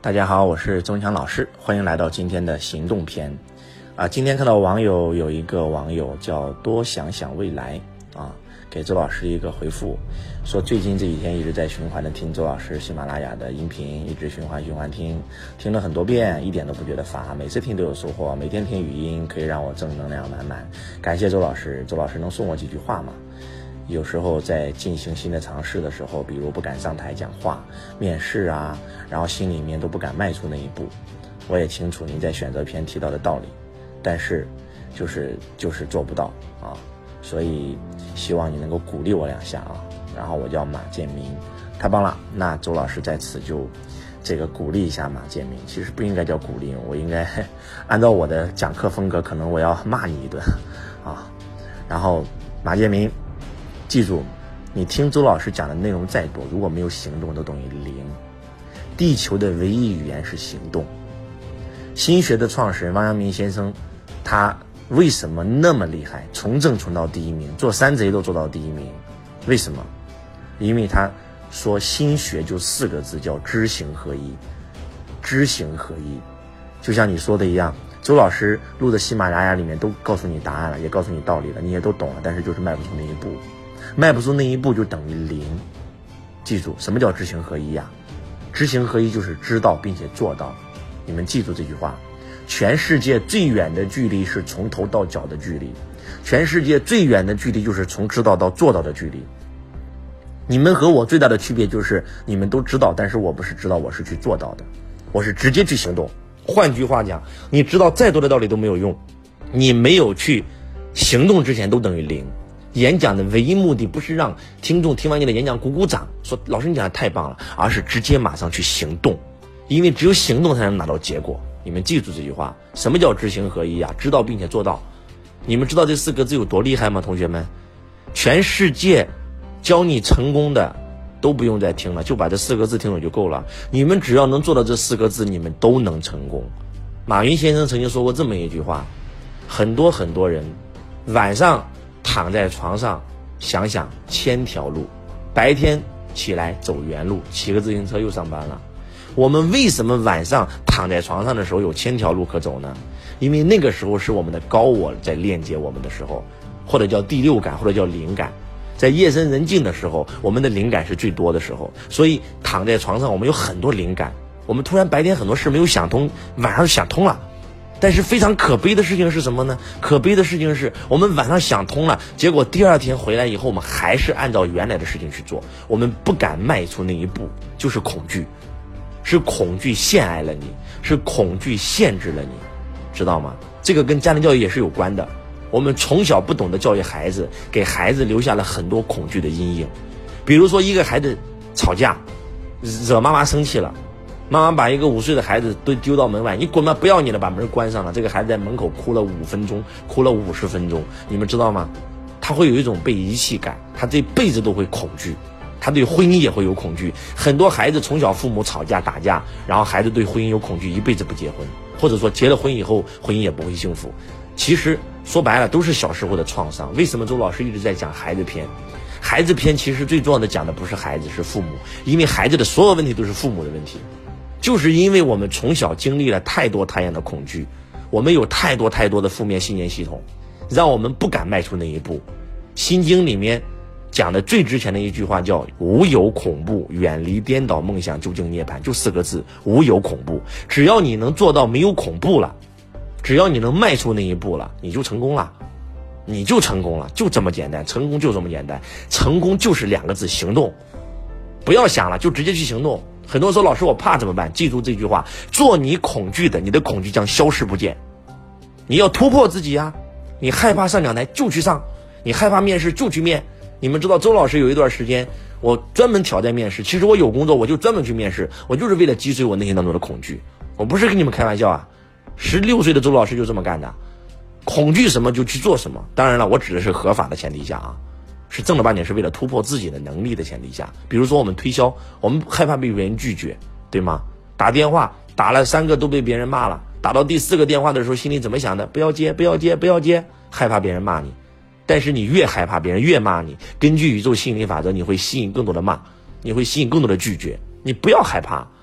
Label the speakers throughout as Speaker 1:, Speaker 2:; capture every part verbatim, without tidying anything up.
Speaker 1: 大家好，我是钟强老师，欢迎来到今天的行动篇。啊，今天看到网友有一个网友叫多想想未来啊，给周老师一个回复，说最近这几天一直在循环的听周老师喜马拉雅的音频，一直循环循环听，听了很多遍，一点都不觉得乏，每次听都有收获，每天听语音可以让我正能量满满。感谢周老师，周老师能送我几句话吗？有时候在进行新的尝试的时候，比如不敢上台讲话、面试啊，然后心里面都不敢迈出那一步。我也清楚您在选择篇提到的道理，但是就是就是做不到啊，所以希望你能够鼓励我两下啊。然后我叫马建明，太棒了。那周老师在此就这个鼓励一下马建明，其实不应该叫鼓励，我应该按照我的讲课风格，可能我要骂你一顿啊。然后马建明，记住，你听周老师讲的内容再多，如果没有行动都等于零。地球的唯一语言是行动。心学的创始人王阳明先生，他为什么那么厉害，从政从到第一名，做山贼都做到第一名？为什么？因为他说心学就四个字，叫知行合一。知行合一，就像你说的一样，周老师录的喜马拉雅里面都告诉你答案了，也告诉你道理了，你也都懂了，但是就是迈不出那一步。迈不出那一步就等于零。记住，什么叫知行合一呀、啊？知行合一就是知道并且做到。你们记住这句话，全世界最远的距离是从头到脚的距离，全世界最远的距离就是从知道到做到的距离。你们和我最大的区别就是你们都知道，但是我不是知道，我是去做到的，我是直接去行动。换句话讲，你知道再多的道理都没有用，你没有去行动之前都等于零。演讲的唯一目的不是让听众听完你的演讲鼓鼓掌，说老师你讲的太棒了，而是直接马上去行动，因为只有行动才能拿到结果。你们记住这句话，什么叫知行合一啊？知道并且做到。你们知道这四个字有多厉害吗？同学们，全世界教你成功的都不用再听了，就把这四个字听懂就够了。你们只要能做到这四个字，你们都能成功。马云先生曾经说过这么一句话，很多很多人晚上躺在床上想想千条路，白天起来走原路，骑个自行车又上班了。我们为什么晚上躺在床上的时候有千条路可走呢？因为那个时候是我们的高我在链接我们的时候，或者叫第六感，或者叫灵感。在夜深人静的时候，我们的灵感是最多的时候，所以躺在床上我们有很多灵感，我们突然白天很多事没有想通，晚上想通了。但是非常可悲的事情是什么呢？可悲的事情是我们晚上想通了，结果第二天回来以后，我们还是按照原来的事情去做，我们不敢迈出那一步，就是恐惧，是恐惧陷害了你，是恐惧限制了你，知道吗？这个跟家庭教育也是有关的。我们从小不懂得教育孩子，给孩子留下了很多恐惧的阴影。比如说一个孩子吵架，惹妈妈生气了，妈妈把一个五岁的孩子都丢到门外，你滚吧，不要你了，把门关上了。这个孩子在门口哭了五分钟，哭了五十分钟，你们知道吗？他会有一种被遗弃感，他这辈子都会恐惧，他对婚姻也会有恐惧。很多孩子从小父母吵架打架，然后孩子对婚姻有恐惧，一辈子不结婚，或者说结了婚以后婚姻也不会幸福。其实说白了都是小时候的创伤。为什么周老师一直在讲孩子篇？孩子篇其实最重要的讲的不是孩子，是父母，因为孩子的所有问题都是父母的问题。就是因为我们从小经历了太多太样的恐惧，我们有太多太多的负面信念系统，让我们不敢迈出那一步。心经里面讲的最值钱的一句话叫无有恐怖，远离颠倒梦想，究竟涅槃，就四个字，无有恐怖。只要你能做到没有恐怖了，只要你能迈出那一步了，你就成功了，你就成功了，就这么简单。成功就这么简单，成功就是两个字，行动。不要想了，就直接去行动。很多人说老师我怕怎么办？记住这句话，做你恐惧的，你的恐惧将消失不见。你要突破自己啊，你害怕上讲台就去上，你害怕面试就去面。你们知道周老师有一段时间我专门挑战面试，其实我有工作我就专门去面试，我就是为了击碎我内心当中的恐惧。我不是跟你们开玩笑啊，十六岁的周老师就这么干的，恐惧什么就去做什么。当然了，我指的是合法的前提下啊，是正儿八经是为了突破自己的能力的前提下。比如说我们推销，我们害怕被别人拒绝，对吗？打电话打了三个都被别人骂了，打到第四个电话的时候心里怎么想的？不要接不要接不要接，害怕别人骂你。但是你越害怕别人越骂你，根据宇宙心理法则，你会吸引更多的骂，你会吸引更多的拒绝。你不要害怕，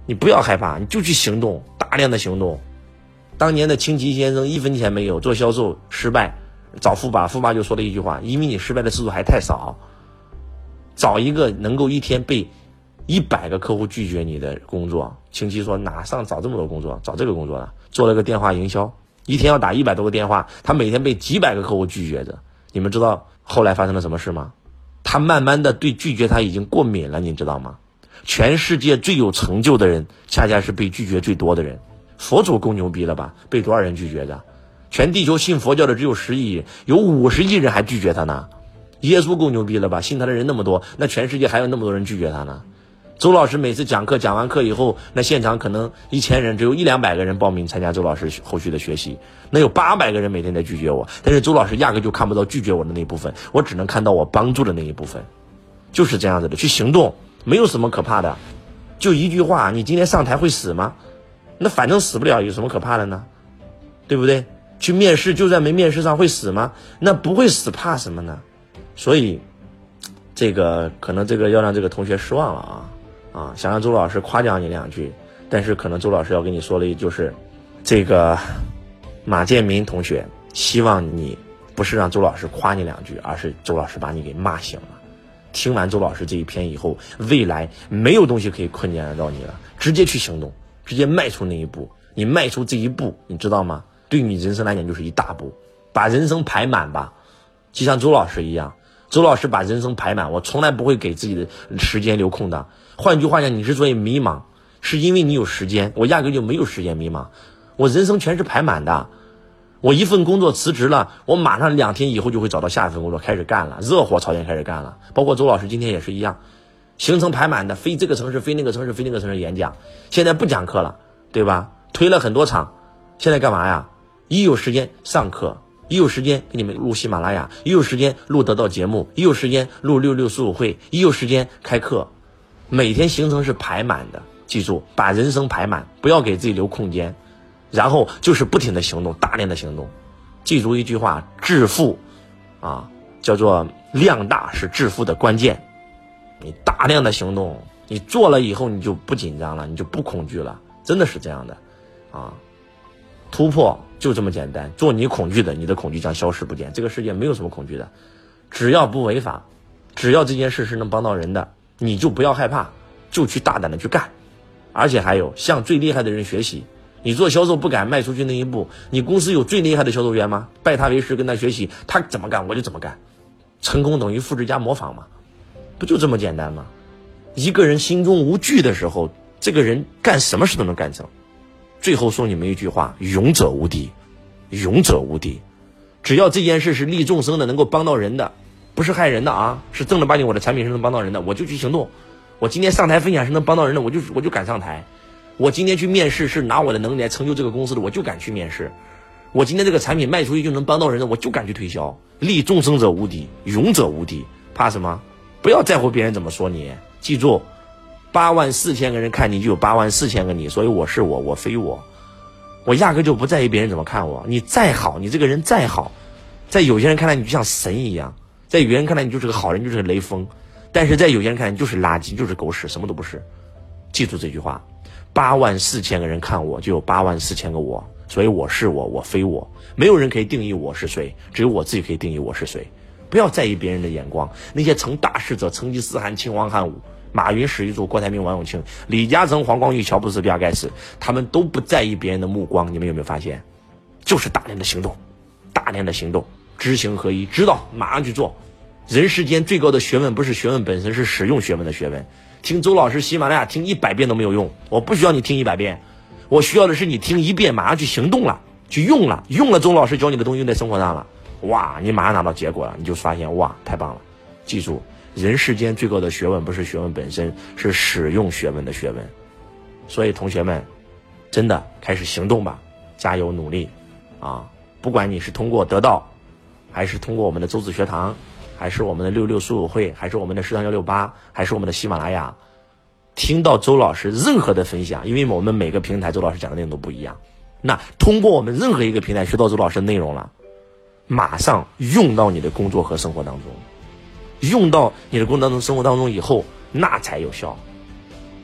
Speaker 1: 你不要害怕，你就去行动，大量的行动。当年的清崎先生一分钱没有，做销售失败，找富爸，富爸就说了一句话，因为你失败的次数还太少，找一个能够一天被一百个客户拒绝你的工作。清崎说哪上找这么多工作，找这个工作了，做了个电话营销，一天要打一百多个电话，他每天被几百个客户拒绝着。你们知道后来发生了什么事吗？他慢慢的对拒绝他已经过敏了，你知道吗？全世界最有成就的人恰恰是被拒绝最多的人。佛祖够牛逼了吧，被多少人拒绝的？全地球信佛教的只有十亿，有五十亿人还拒绝他呢。耶稣够牛逼了吧，信他的人那么多，那全世界还有那么多人拒绝他呢。周老师每次讲课，讲完课以后，那现场可能一千人，只有一两百个人报名参加周老师后续的学习，那有八百个人每天在拒绝我，但是周老师压根就看不到拒绝我的那一部分，我只能看到我帮助的那一部分。就是这样子的，去行动，没有什么可怕的。就一句话，你今天上台会死吗？那反正死不了，有什么可怕的呢？对不对？去面试，就算没面试上会死吗？那不会死，怕什么呢？所以这个可能这个要让这个同学失望了啊啊！想让周老师夸奖你两句，但是可能周老师要跟你说了，就是这个马建民同学，希望你不是让周老师夸你两句，而是周老师把你给骂醒了。听完周老师这一篇以后，未来没有东西可以困难到你了，直接去行动，直接迈出那一步。你迈出这一步，你知道吗？对你人生来讲就是一大步，把人生排满吧，就像周老师一样。周老师把人生排满，我从来不会给自己的时间留空的。换句话讲，你之所以迷茫，是因为你有时间，我压根就没有时间迷茫，我人生全是排满的。我一份工作辞职了，我马上两天以后就会找到下一份工作开始干了，热火朝天开始干了。包括周老师今天也是一样，行程排满的，飞这个城市飞那个城市飞那个城市演讲，现在不讲课了，对吧？推了很多场，现在干嘛呀？一有时间上课，一有时间给你们录喜马拉雅，一有时间录得到节目，一有时间录六六四五会，一有时间开课，每天行程是排满的。记住，把人生排满，不要给自己留空间，然后就是不停的行动，大量的行动。记住一句话，致富啊，叫做量大是致富的关键。你大量的行动，你做了以后你就不紧张了，你就不恐惧了，真的是这样的啊。突破就这么简单，做你恐惧的，你的恐惧将消失不见。这个世界没有什么恐惧的，只要不违法，只要这件事是能帮到人的，你就不要害怕，就去大胆的去干。而且还有向最厉害的人学习，你做销售不敢迈出去那一步，你公司有最厉害的销售员吗？拜他为师，跟他学习，他怎么干我就怎么干。成功等于复制加模仿嘛，不就这么简单吗？一个人心中无惧的时候，这个人干什么事都能干成。最后说你们一句话，勇者无敌，勇者无敌。只要这件事是利众生的，能够帮到人的，不是害人的啊，是正儿八经我的产品是能帮到人的，我就去行动。我今天上台分享是能帮到人的，我就我就敢上台。我今天去面试是拿我的能力来成就这个公司的，我就敢去面试。我今天这个产品卖出去就能帮到人的，我就敢去推销。利众生者无敌，勇者无敌，怕什么？不要在乎别人怎么说你，记住，八万四千个人看你，就有八万四千个你，所以我是我，我非我，我压根就不在意别人怎么看我。你再好，你这个人再好，在有些人看来你就像神一样，在有些人看来你就是个好人，就是个雷锋，但是在有些人看来你就是垃圾，就是狗屎，什么都不是。记住这句话，八万四千个人看我，就有八万四千个我，所以我是我，我非我，没有人可以定义我是谁，只有我自己可以定义我是谁。不要在意别人的眼光，那些成大事者，成吉思汗、秦皇汉武、马云、史玉柱、郭台铭、王永庆、李嘉诚、黄光裕、乔布斯、比尔盖茨，他们都不在意别人的目光。你们有没有发现？就是大量的行动，大量的行动，知行合一，知道马上去做。人世间最高的学问不是学问本身，是使用学问的学问。听周老师喜马拉雅听一百遍都没有用，我不需要你听一百遍，我需要的是你听一遍马上去行动了，去用了，用了周老师教你的东西用在生活上了，哇，你马上拿到结果了，你就发现哇，太棒了。记住，人世间最高的学问不是学问本身，是使用学问的学问。所以同学们，真的开始行动吧，加油努力啊！不管你是通过得到，还是通过我们的周子学堂，还是我们的六六书友会，还是我们的食堂幺六八，还是我们的喜马拉雅，听到周老师任何的分享，因为我们每个平台周老师讲的内容都不一样，那通过我们任何一个平台学到周老师的内容了，马上用到你的工作和生活当中，用到你的工作当中生活当中以后，那才有效啊！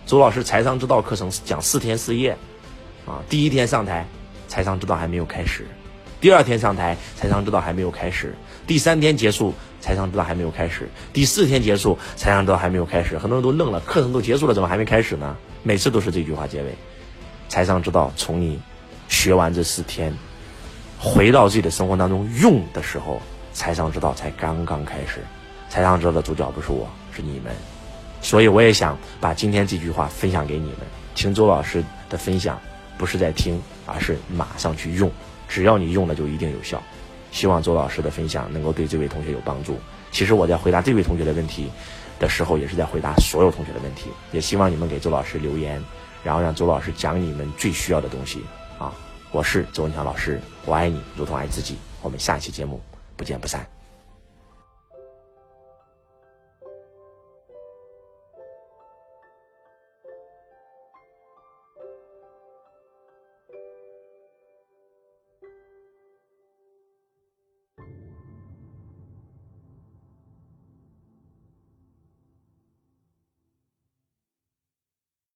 Speaker 1: 周老师财商之道课程讲四天四夜，啊，第一天上台，财商之道还没有开始；第二天上台，财商之道还没有开始；第三天结束，财商之道还没有开始；第四天结束，财商之道还没有开始。很多人都愣了，课程都结束了，怎么还没开始呢？每次都是这句话结尾。财商之道从你学完这四天，回到自己的生活当中用的时候，财商之道才刚刚开始。财商之道的主角不是我，是你们。所以我也想把今天这句话分享给你们，听周老师的分享不是在听，而是马上去用，只要你用了就一定有效。希望周老师的分享能够对这位同学有帮助。其实我在回答这位同学的问题的时候，也是在回答所有同学的问题，也希望你们给周老师留言，然后让周老师讲你们最需要的东西啊！我是周文强老师，我爱你如同爱自己，我们下一期节目不见不散。